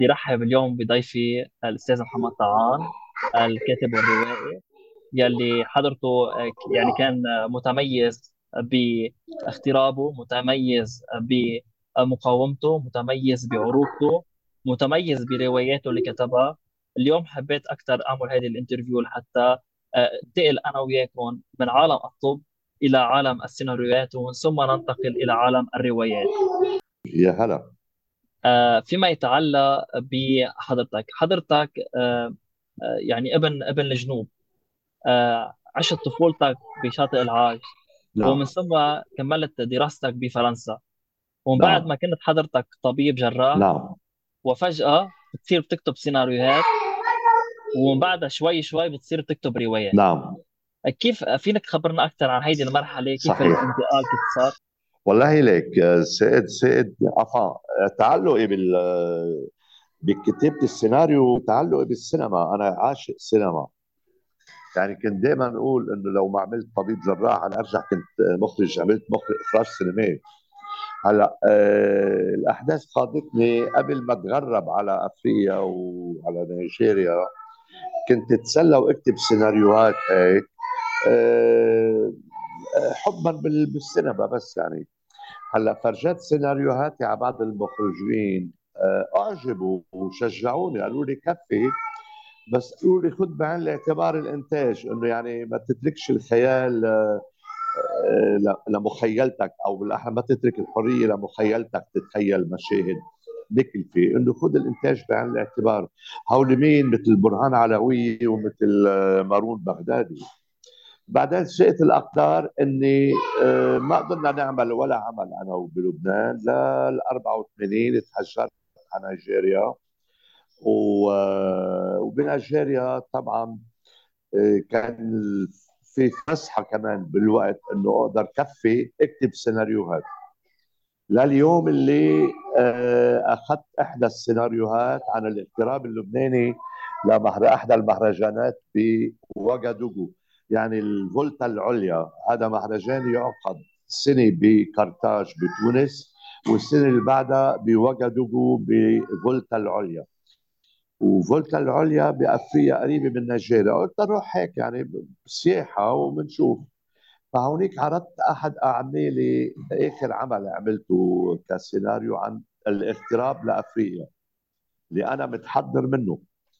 بدي رحب اليوم بضيفي الأستاذ محمد طعان، الكاتب والروائي، يلي حضرته يعني كان متميز باغترابه، متميز بمقاومته، متميز بعروبته، متميز برواياته اللي كتبها. اليوم حبيت أكثر أعمل هذه الانترفيو لحتى انتقل أنا وياكم من عالم الطب إلى عالم السيناريوهات، ومن ثم ننتقل إلى عالم الروايات. يا هلا. فيما يتعلق حضرتك يعني ابن الجنوب. عشت طفولتك بشاطئ العاج، ومن نعم. ثم كملت دراستك بفرنسا، ومن بعد نعم. ما كنت حضرتك طبيب جراح، نعم. وفجأة بتصير بتكتب سيناريوهات، ومن بعدها شوي شوي بتصير تكتب روايات. نعم. كيف فينك تخبرنا أكثر عن هيدي المرحلة؟ كيف صحيح. الانتقال كيف صار؟ والله ليك سائد عفا تعلقي بكتابة السيناريو، تعلقي بالسينما. أنا عاشق سينما. يعني كنت دائما أقول إنه لو ما عملت طبيب جراح أنا أرجع كنت مخرج، عملت مخرج إخراج سينمائي. هلا الأحداث قادتني قبل ما أتغرب على أفريقيا وعلى نيجيريا. كنت أتسلى وأكتب سيناريوهات هيك، آه، حبا بالسينما بس يعني. هلا فرجت سيناريوهاتي على بعض المخرجين، اعجبوا وشجعوني، قالوا لي كفي، بس قالوا لي خذ بعين الاعتبار الانتاج، انه يعني ما تتركش الخيال لمخيلتك، او بالاحرى ما تترك الحريه لمخيلتك تتخيل مشاهد بكلفة، انه خذ الانتاج بعين الاعتبار. هول مين؟ مثل برهان علوية ومثل مارون بغدادي. بعدين شئت الاقدار اني ما قدرنا نعمل ولا عمل انا بلبنان لل 84. تهجرت على نيجيريا، وبنيجيريا طبعا كان في فسحه كمان بالوقت انه اقدر كفي اكتب سيناريوهات. لليوم اللي اخذت احدى السيناريوهات عن الاغتراب اللبناني احدى المهرجانات بوغادوغو، يعني الفولتا العليا. هذا مهرجان يعقد سنه بقرطاج بتونس، والسنه اللي بعدها بوغادوغو بفولتا العليا. وفولتا العليا بافريقيا قريبه من نيجيريا. قلت اروح هيك يعني سياحه وبنشوف. فهونيك عرضت احد اعمالي، اخر عمل عملته كسيناريو عن الاغتراب لافريقيا اللي انا متحضر منه.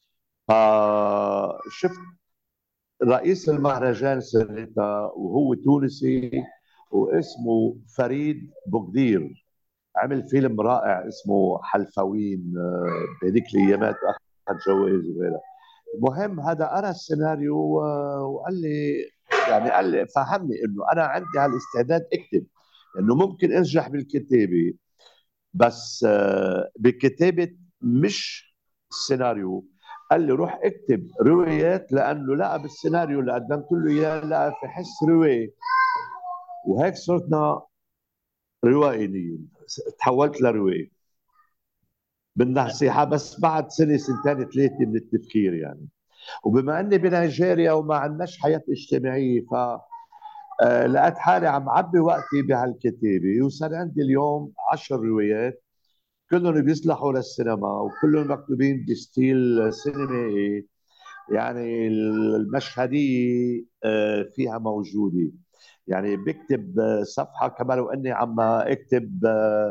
فشفت رئيس المهرجان سنتها، وهو تونسي واسمه فريد بوقدير. عمل فيلم رائع اسمه حلفوين، بهذيك الايامات اخذ جوائز وغيرها. المهم هذا قرا السيناريو وقال لي، يعني قال لي فهمني انه انا عندي هالاستعداد اكتب، انه ممكن انجح بالكتابه، بس بكتابه مش سيناريو. قال لي روح اكتب روايات، لانه لقى بالسيناريو اللي قدمت له اياه لقى في حس روايه. وهيك صرنا روائيين، تحولت لروايه بالنصيحه، بس بعد سنه سنتين ثلاثه من التفكير يعني. وبما اني بنيجيريا وما عندناش حياه اجتماعيه، ف لقيت حالي عم عبي وقتي بهالكتابه، وصار عندي اليوم 10 روايات كلهم بيصلحوا للسينما، وكلهم مكتوبين بستيل سينمائي. يعني المشهديه فيها موجوده. يعني بكتب صفحه كما لو اني عم اكتب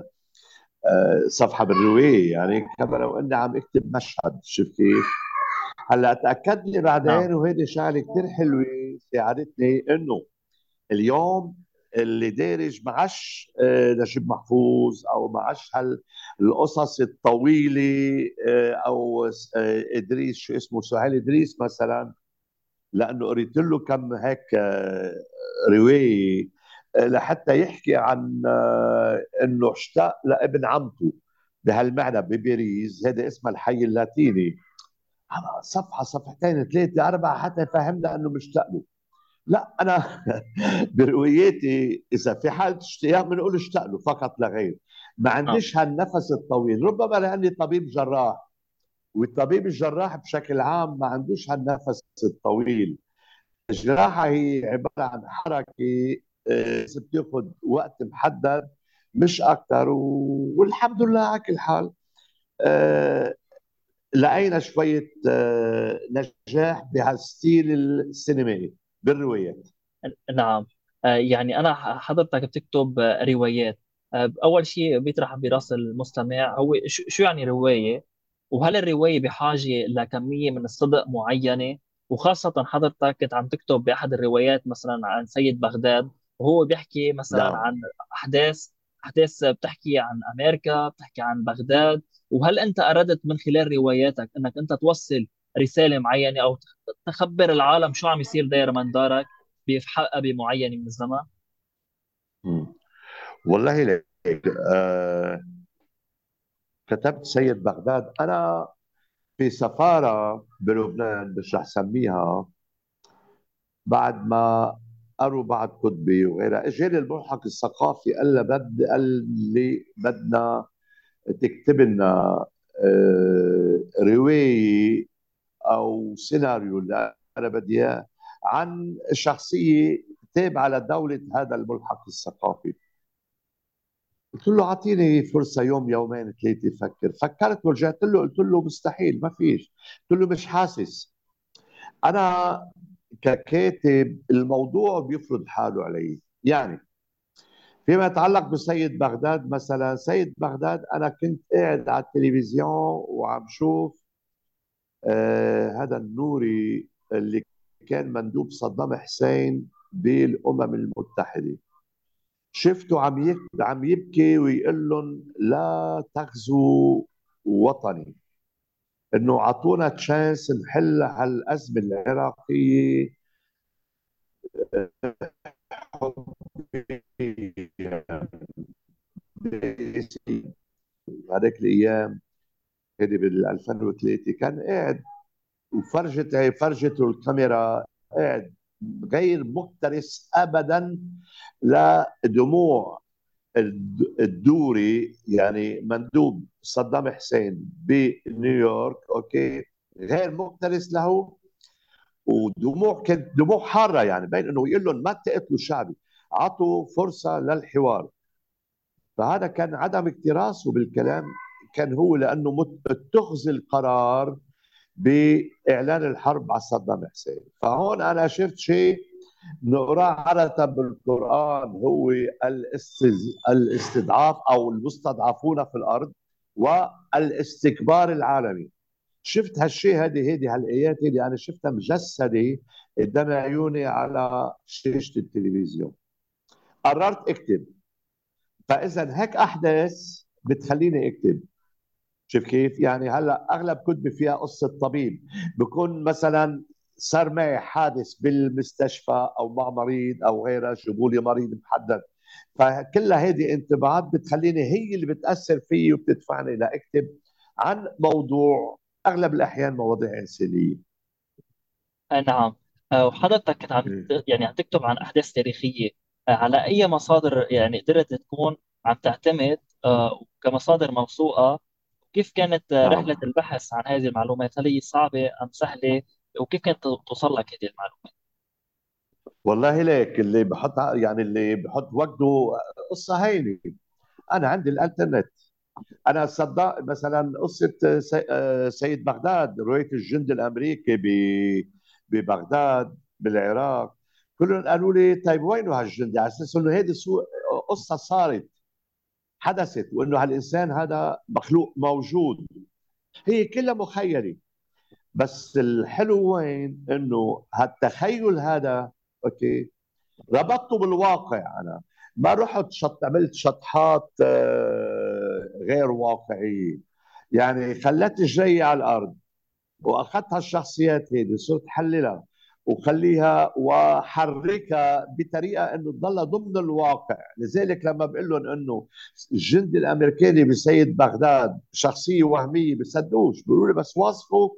صفحه بالروايه، يعني كما لو اني عم اكتب مشهد. شفت كيف؟ هلا تاكد لي نعم. بعدين، وهيدي شغله كثير حلوه ساعدتني، انه اليوم اللي دارج معش نجيب محفوظ، او معش القصص الطويله، او ادريس، شو اسمه، سهيل ادريس مثلا، لانه قريت له كم هيك روايه لحتى يحكي عن انه اشتاق لابن عمته بهالمعنى بباريس، هذا اسمه الحي اللاتيني. صفحه صفحتين ثلاثه اربعه حتى يفهمنا انه مشتاق له. لا انا برواياتي اذا في حاله اشتياق بنقول اشتاق له فقط لا غير. ما آه. عنديش هالنفس الطويل، ربما لاني طبيب جراح، والطبيب الجراح بشكل عام ما عندوش هالنفس الطويل. الجراحه هي عباره عن حركه بتاخذ وقت محدد مش اكثر، والحمد لله على كل حال. آه، لقينا شويه نجاح بهالستيل السينمائي بالروايات. نعم. يعني أنا حضرتك بتكتب روايات. أول شيء بيطرح براس المستمع هو شو يعني رواية، وهل الرواية بحاجة لكمية من الصدق معينة؟ وخاصة حضرتك كنت عم تكتب بأحد الروايات مثلا عن سيد بغداد، وهو بيحكي مثلا نعم. عن أحداث بتحكي عن أمريكا، بتحكي عن بغداد. وهل أنت أردت من خلال رواياتك أنك أنت توصل رسالة معينة، أو تخبر العالم شو عم يصير داير من دارك في حقبة معينة من الزمن؟ مم. والله ليك آه كتبت سيد بغداد انا في سفاره بلبنان، مش رح سميها، بعد ما قروا بعض كتبي وغيرها. اجاني الملحق الثقافي قال لي بدنا تكتب لنا روايه او سيناريو اللي انا بدي اياه عن شخصيه تابعه لدوله هذا الملحق الثقافي. قلت له اعطيني فرصه يوم يومين ثلاثه فكرت ورجعت له قلت له مستحيل، ما فيش. قلت له مش حاسس انا ككاتب الموضوع بيفرض حاله علي. يعني فيما يتعلق بسيد بغداد مثلا، سيد بغداد انا كنت قاعد على التلفزيون وعم شوف هذا النوري اللي كان مندوب صدام حسين بالامم المتحده. شفته عم يبكي ويقول لهم لا تغزو وطني، انه اعطونا تشانس نحل هالازمه العراقيه هذيك الايام. هذه بال 2003 كان قاعد فرجته الكاميرا قاعد غير مكترث ابدا لدموع الدوري، يعني مندوب صدام حسين بنيويورك، اوكي، غير مكترث له. ودموع كانت دموع حاره، يعني بين انه يقول لهم ما تقتلوا شعبي، اعطوا فرصه للحوار. فهذا كان عدم اكتراثه بالكلام، كان هو لانه اتخذ القرار باعلان الحرب على صدام حسين. فهون انا شفت شيء نقراه عادة بالقرآن، هو الاستضعاف أو المستضعفون في الأرض والاستكبار العالمي. شفت هالشيء، هذه هالآيات هذه أنا شفتها مجسدة قدام عيوني على شاشة التلفزيون. قررت أكتب. فإذا هيك أحداث بتخليني أكتب. شوف كيف؟ يعني هلا اغلب كتبي فيها قصه طبيب، بكون مثلا صار معي حادث بالمستشفى او مع مريض او غيرها، جابوا لي مريض محدد. فكلها هذه انطباعات بتخليني، هي اللي بتاثر فيي وبتدفعني لاكتب عن موضوع اغلب الاحيان مواضيع انسانيه. نعم. وحضرتك كنت يعني عم تكتب عن أحداث تاريخية. على أي مصادر يعني قدرت تكون عم تعتمد كمصادر موثوقة؟ كيف كانت رحلة نعم. البحث عن هذه المعلومات؟ هل هي صعبة أم سهلة؟ وكيف كانت توصل لك هذه المعلومات؟ والله ليك يعني اللي بحط وقته قصه هينه. انا عندي الانترنت. انا صدق مثلا قصه سيد بغداد، روايه الجند الامريكي ببغداد بالعراق. كلهم قالوا لي طيب وينه هالجندي، على اساس انه هيدي قصه صارت، حدثت، وانه هالانسان هذا مخلوق موجود. هي كلها مخيله. بس الحلو وين انه هالتخيل هذا، اوكي، ربطته بالواقع. انا ما رحت عملت شطحات غير واقعيه. يعني خليت رجلي على الارض واخذت هالشخصيات هذه، صرت حللها وخليها وحركها بطريقه انه تضلها ضمن الواقع. لذلك لما بقول لهم انه الجندي الامريكاني بسيد بغداد شخصيه وهميه، بصدقوش، بيقولوا لي بس واصفه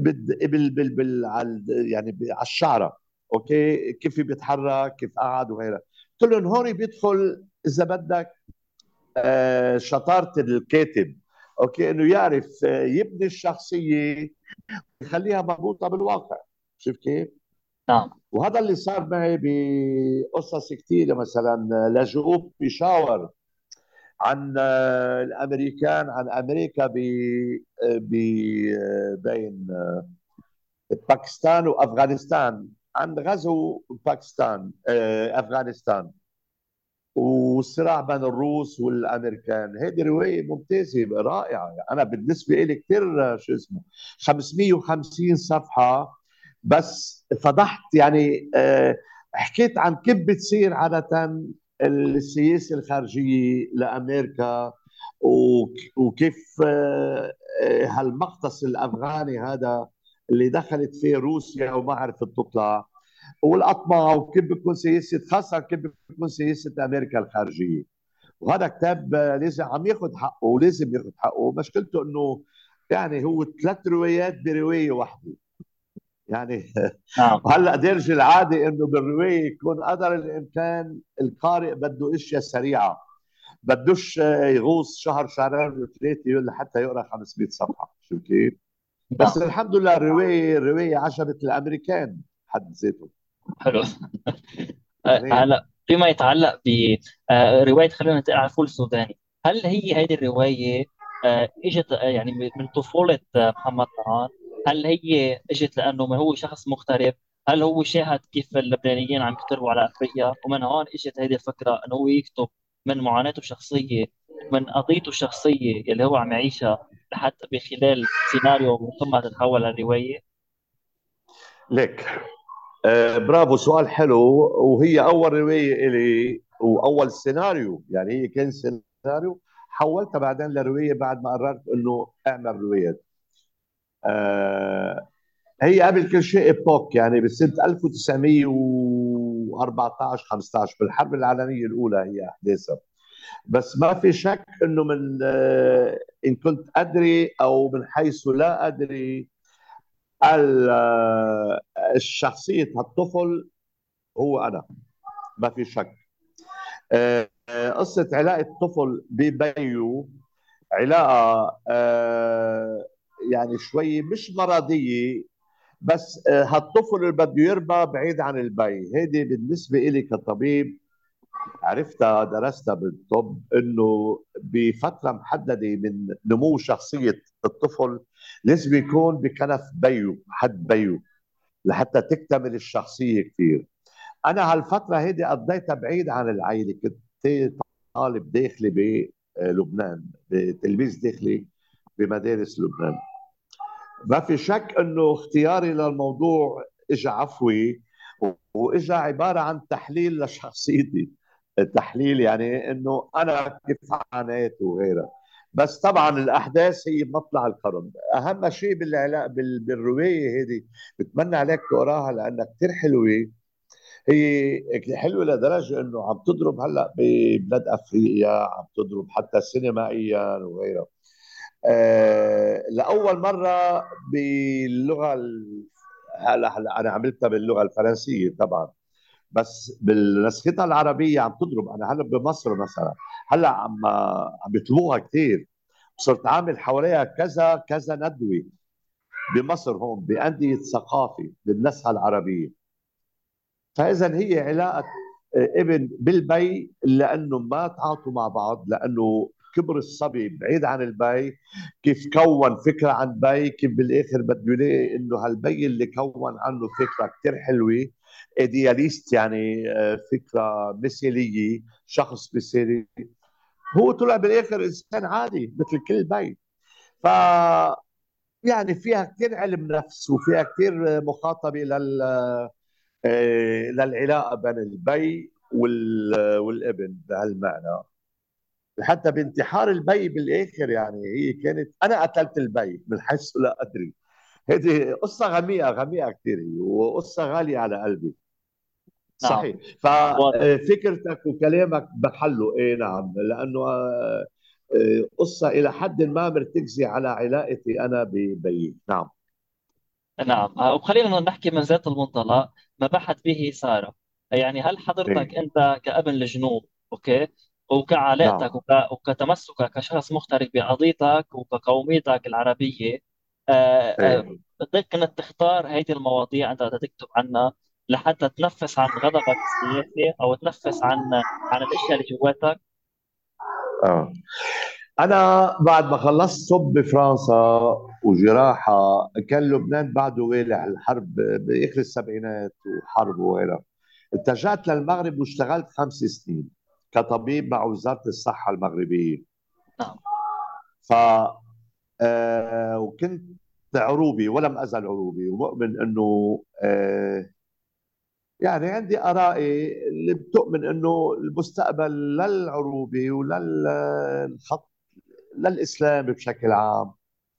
يعني على الشعره، اوكي، كيف بيتحرك، كيف قعد وغيرها. قلت لهم هون بيدخل اذا بدك شطاره الكاتب، اوكي، انه يعرف يبني الشخصيه يخليها مربوطه بالواقع. شوف كيف؟ نعم. وهذا اللي صار معي بقصص كثيره، مثلا لجؤوب بيشاور. عن الامريكان، عن امريكا ب بين باكستان وافغانستان، عن غزو باكستان افغانستان، والصراع بين الروس والامريكان. هذه روايه ممتازه رائعه، يعني انا بالنسبه لي كثير شو اسمه 550 صفحه. بس فضحت يعني حكيت عن كيف بتصير عاده السياسه الخارجيه لامريكا، وكيف هالمقتص الافغاني هذا اللي دخلت فيه روسيا وما عرفت تطلع، والاطماع، وكيف بتكون سياسه، خاصه كيف بتكون سياسه امريكا الخارجيه. وهذا كتاب لازم عم ياخذ حقه، ولازم ياخذ حقه. مشكلته انه يعني هو ثلاث روايات بروايه واحده يعني. نعم. وهلا درج العاده انه بالروايه يكون قدر الامكان القارئ بده اشياء سريعه، بدوش يغوص شهر شهرين وثلاثه لحتى يقرا 500 صفحه، شو كيف؟ بس نعم. الحمد لله الروايه عجبت الامريكان حد ذاته. حلو. ايه. هلا فيما يتعلق برواية خلينا ننتقل على الفول السوداني، هل هي هذه الرواية اجت يعني من طفولة محمد طه؟ هل هي اجت لأنه ما هو شخص مغترب؟ هل هو شاهد كيف اللبنانيين عم يقتربوا على أفريقيا ومن هون اجت هذه الفكرة أنه هو يكتب من معاناته الشخصية ومن قضيته الشخصية اللي هو عم يعيشها لحتى بخلال سيناريو ومن ثم تتحول للرواية؟ ليك برافو، سؤال حلو. وهي اول روايه الي واول سيناريو، يعني هي كان سيناريو حولتها بعدين لروايه بعد ما قررت انه اعمل روايات. آه هي قبل كل شيء ايبوك، يعني بسنه 1914 15 بالحرب العالميه الاولى هي احداثها. بس ما في شك انه من ان كنت ادري او من حيث لا ادري، الشخصيه الطفل هو انا، ما في شك. قصة علاقة طفل ببيو، علاقة يعني شوي مش مرضية. بس هالطفل اللي بده يربى بعيد عن البي، هيدي بالنسبة إلي كطبيب عرفتها درستها بالطب، انه بفترة محددة من نمو شخصية الطفل لازم يكون بكنف بيو، حد بيو، لحتى تكتمل الشخصية كثير. انا هالفتره هيدي قضيتها بعيد عن العائله، كنت طالب داخلي بلبنان، تلميذ داخلي بمدارس لبنان. ما في شك انه اختياري للموضوع اجى عفوي، واجى عباره عن تحليل لشخصيتي، تحليل يعني انه انا كيف عانيت وغيرها. بس طبعا الاحداث هي مطلع القرن. اهم شيء بالعلاقه بالروايه هذه، بتمنى عليك تقراها لانها كثير حلوه. هي حلوه لدرجه انه عم تضرب هلا ببلاد افريقيا، عم تضرب حتى سينمائيا وغيرها. لاول مره باللغه هلا انا عملتها باللغه الفرنسيه طبعا، بس بنسختها العربيه عم تضرب. انا هلا بمصر مثلا، هلا عم بيطلبوها كثير. صرت عامل حواليها كذا كذا ندوه بمصر هون بانديه ثقافه بالنسخه العربيه. فاذا هي علاقه ابن بالبي، لانه ما تعاطوا مع بعض، لانه كبر الصبي بعيد عن البي، كيف كون فكره عن بي، كيف بالاخر بده يلاقي انه هالبي اللي كون عنه فكره كثير حلوه، ايدياليست يعني فكره مثاليه، شخص مثالي، هو طلع بالاخر انسان عادي مثل كل بي. ف يعني فيها كثير علم نفس، وفيها كثير مخاطبه للعلاقه بين البي والابن بهالمعنى. حتى بانتحار البي بالاخر، يعني هي كانت انا قتلت البي من حيث لا ادري. هذه قصه غميقه غميقه كثير، هي وقصه غاليه على قلبي. نعم. صحيح. واضح. ففكرتك وكلامك بحله، ايه نعم، لانه قصه الى حد ما مرتكزه على علاقتي انا ببي. نعم. نعم. وخلينا نحكي من ذات المنطلق ما بحث به سارة. يعني هل حضرتك ايه. أنت كابن الجنوب، أوكي، وكعلاقتك نعم. وكتمسكك كشخص مغترب بعقيدتك وكقوميتك العربية، ايه. بدك كنت تختار هذه المواضيع أنت بدك تكتب عنها لحتى تنفس عن غضبك السياسي أو تنفس عن الأشياء اللي جواتك؟ اه انا بعد ما خلصت طب بفرنسا وجراحه، كان لبنان بعده والع الحرب باخر السبعينات وحرب وغيرها. اتجهت للمغرب واشتغلت 5 سنين كطبيب مع وزاره الصحه المغربيه. نعم. ف وكنت عروبي ولم ازل عروبي، ومؤمن انه يعني عندي ارائي اللي بتؤمن انه المستقبل للعروبي وللخط للاسلام بشكل عام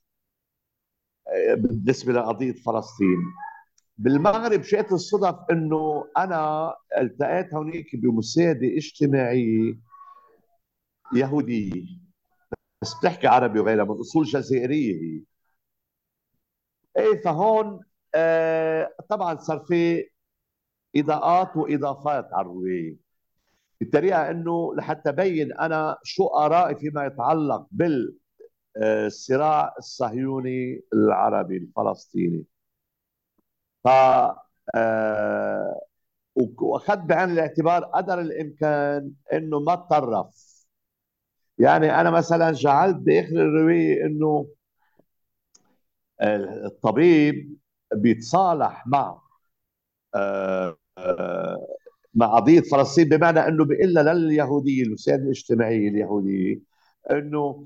بالنسبه لقضيه فلسطين. بالمغرب شئت الصدف انه انا التقيت هونيك بمساعده اجتماعيه يهوديه، بس بتحكي عربي وغيرها، من اصول جزائريه هي. ايه فهون طبعا صار في اضاءات واضافات على الروايه، بالطريقه انه لحتى ابين انا شو ارائي فيما يتعلق بالصراع الصهيوني العربي الفلسطيني. ف آه، واخذت بعين الاعتبار قدر الامكان انه ما تطرف. يعني انا مثلا جعلت باخر الروايه انه الطبيب بيتصالح آه، آه، مع قضيه فلسطين، بمعنى انه بيقول لليهوديه الوسائل الاجتماعيه اليهوديه انه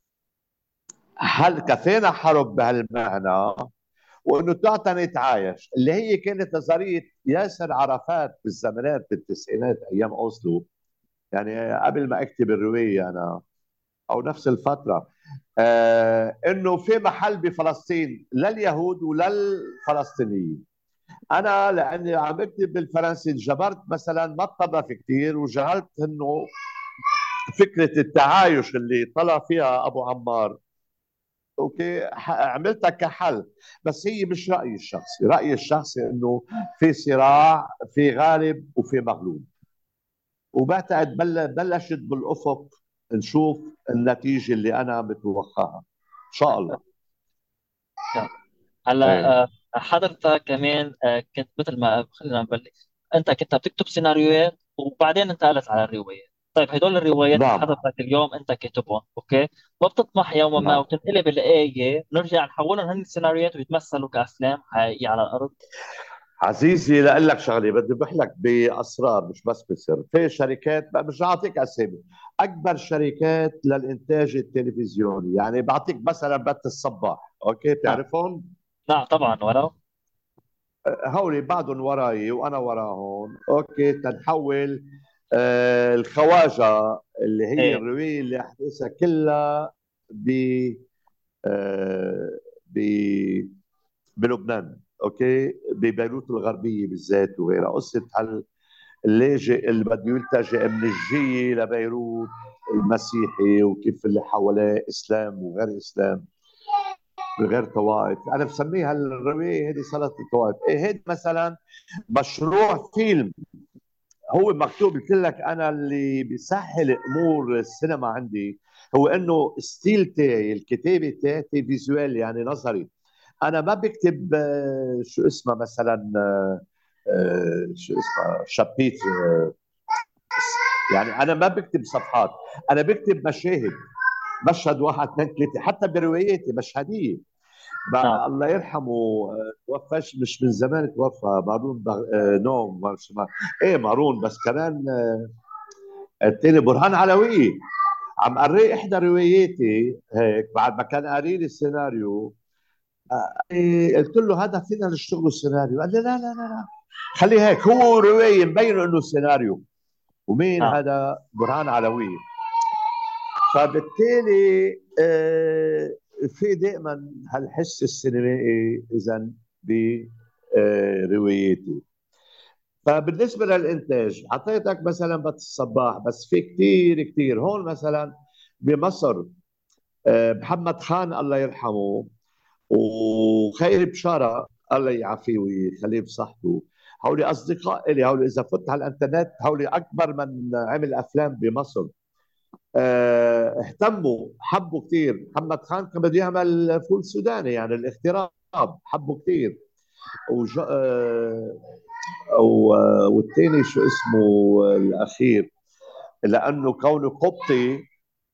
هل كفينا حرب بهالمعنى، وانه تعطى نتعايش، اللي هي كانت نظريه ياسر عرفات بالزمانات بالتسعينات ايام اوسلو. يعني قبل ما اكتب الروايه انا، او نفس الفتره، انه في محل بفلسطين لليهود وللفلسطينيين. انا لاني عم بكتب بالفرنسي جبرت مثلا ما اتطرف كثير، وجعلت انه فكره التعايش اللي طلع فيها ابو عمار اوكي عملتها كحل. بس هي مش رايي الشخصي، رايي الشخصي انه في صراع، في غالب وفي مغلوب، وبعتقد بلشت بالافق نشوف النتيجه اللي انا متوقعها ان شاء الله. نعم. هلا ايه حضرتك كمان كنت مثل ما خلينا نبلش، انت كنت بتكتب سيناريوهات وبعدين انتقلت على الروايات. طيب هدول الروايات اللي نعم حضرتك اليوم انت كاتبهم، اوكي، ما بتطمح يوما ما نعم وتنقلب الايه نرجع نحولهم هن السيناريوهات ويتمثلوا كافلام حقيقيه على الارض؟ عزيزي، لاقول لك شغله بدي بحلك باسرار مش بس بسر. في شركات بقى مش اعطيك اسامي، اكبر شركات للانتاج التلفزيوني، يعني بعطيك مثلا بث الصباح، اوكي نعم. بتعرفهم؟ نعم طبعا، ولو. هولي بعدهم وراي وانا وراهم، اوكي تنحول الخواجه اللي هي ايه. الروايه اللي احداثها كلها ب آه، ب بلبنان، اوكي ببيروت الغربيه بالذات وغيرها. قصه اللاجئ اللي بده يلتجئ من الجيه لبيروت المسيحي، وكيف اللي حواليه اسلام وغير اسلام وغير طوائف. انا بسميها الروايه هذه سلطه الطوائف. ايه هيدي مثلا مشروع فيلم هو مكتوب. قلت لك انا اللي بيسهل امور السينما عندي هو انه ستيل تاعي الكتابه تاعتي فيزوال، يعني نظري. انا ما بكتب شو اسمه مثلا شو اسمه شابيتر، يعني انا ما بكتب صفحات، انا بكتب مشاهد. مشهد واحد اثنين ثلاثه، حتى برواياتي مشهديه. نعم. الله يرحمه توفاش مش من زمان، توفى مارون نوم ايه مارون، بس كمان الثاني برهان علوي. عم قري احدى رواياتي هيك بعد ما كان قاري لي السيناريو. قلت له هذا فينا نشتغله سيناريو؟ قال لي لا لا لا لا، خليه هيك، هو روايه مبين انه سيناريو. ومين نعم. هذا؟ برهان علوي. فبالتالي في دائما هالحس السينمائي اذا برواياتي. فبالنسبه للانتاج اعطيتك مثلا بث الصباح، بس في كثير كثير هون مثلا بمصر. محمد خان الله يرحمه وخير بشاره الله يعافيه ويخليه بصحته، هولي اصدقاء الي، هولي اذا فت على الانترنت هولي اكبر من عمل افلام بمصر. اهتموا حبوا كثير. محمد خان كان بده يعمل فول سوداني يعني الاغتراب، حبوا كثير. وج... آه، والثاني شو اسمه الاخير، لانه كونه قبطي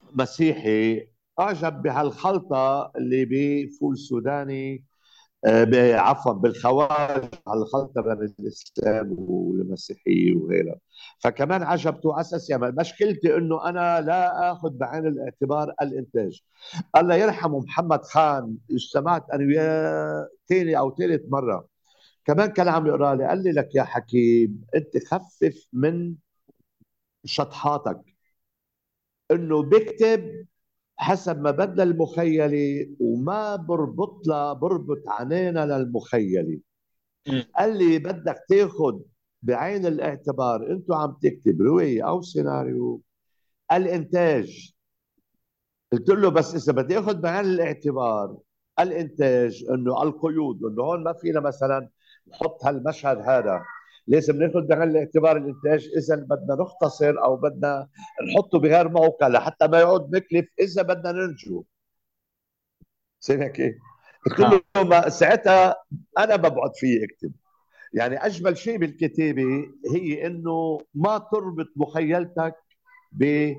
مسيحي اعجب بهالخلطه اللي بفول سوداني، عفوا بالخوارج، على الخلطه بين الاسلام والمسيحيه وغيرها. فكمان عجبته على اساس، يعني مشكلتي انه انا لا اخذ بعين الاعتبار الانتاج. الله يرحمه محمد خان، اجتمعت انا وياه ثاني او ثالث مره، كمان كان عم يقرا لي، قال لي لك يا حكيم انت خفف من شطحاتك، انه بكتب حسب ما بدنا المخيله وما بربط عنينا للمخيله. مم. قال لي بدك تاخذ بعين الاعتبار، انتوا عم تكتب روايه او سيناريو، الانتاج. قلت له بس اذا بدي اخذ بعين الاعتبار الانتاج، انه القيود، انه هون ما فينا مثلا نحط هالمشهد هذا، لازم ناخذ بعين الاعتبار الانتاج، اذا بدنا نختصر او بدنا نحطه بغير موقع لحتى ما يعود مكلف اذا بدنا ننجو. سامع كيف؟ قلت نعم. له ما ساعتها انا ببعد فيه اكتب. يعني اجمل شيء بالكتابه هي انه ما تربط مخيلتك ب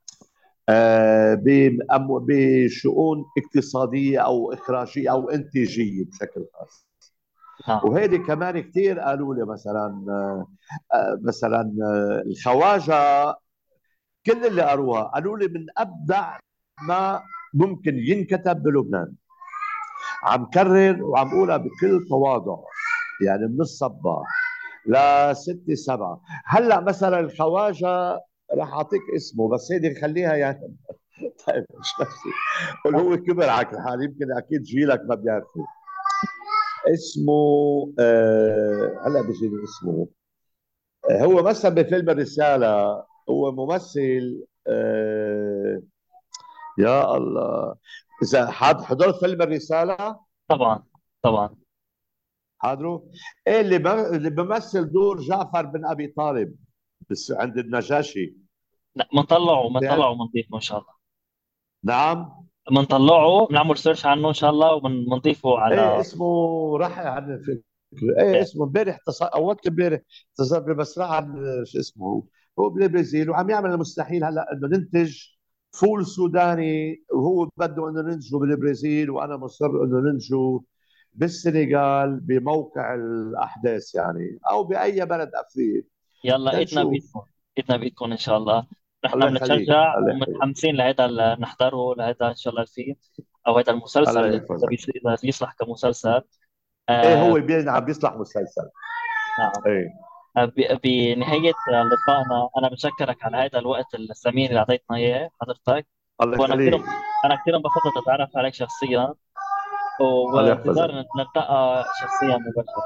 بشؤون اقتصاديه او اخراجيه او انتاجيه بشكل خاص. نعم. وهيدي كمان كثير قالوا لي مثلا، مثلا الخواجه، كل اللي قروها قالوا لي من ابدع ما ممكن ينكتب بلبنان. عم كرر وعم قولها بكل تواضع، يعني من الصباح لستة سبعة. هلا مثلا الخواجة راح اعطيك اسمه، بس هيدي خليها يعني. طيب مش نفسي، قل هو كبر على كل حال، يمكن اكيد جيلك ما بيعرفه اسمه. هلا بيجيني اسمه. هو مثل بفيلم الرسالة، هو ممثل. يا الله، اذا حضرت فيلم الرسالة. طبعا. طبعا. حاضره. ايه اللي بمثل دور جعفر بن ابي طالب بس عند النجاشي. لا، بنطلعه بتعرف؟ بنطلعه وبنضيفه ان شاء الله. نعم. بنطلعه، بنعمل سيرش عنه ان شاء الله وبنضيفه ايه على. اسمه، راح عن الفكر. ايه اسمه امبارح اول امبارح تصدر، بس راح عن شو اسمه. هو بالبرازيل وعم يعمل المستحيل هلا انه ننتج فول سوداني، وهو بده انه ننتجه بالبرازيل، وانا مصر انه ننتجه بالسنغال بموقع الاحداث يعني، او باي بلد افريقي. يلا، ايدنا تنشوف. بايدكم. ايدنا بايدكم ان شاء الله. نحن الله يخليك، بنتشجع الله يخليك. ومتحمسين لهذا نحضره لهذا ان شاء الله الفيلم، او هذا الله المسلسل اذا يحفظك. إذا يصلح كمسلسل. ايه آه. هو عم بيصلح مسلسل. نعم. ايه. بنهاية لقائنا أنا بشكرك على هذا الوقت الثمين اللي أعطيتنا إياه حضرتك. الله وأنا كثير يخليك. أنا كثير انبسطت أتعرف عليك شخصيا، الله يحفظك. وبانتظار نلتقى شخصيا مباشرة.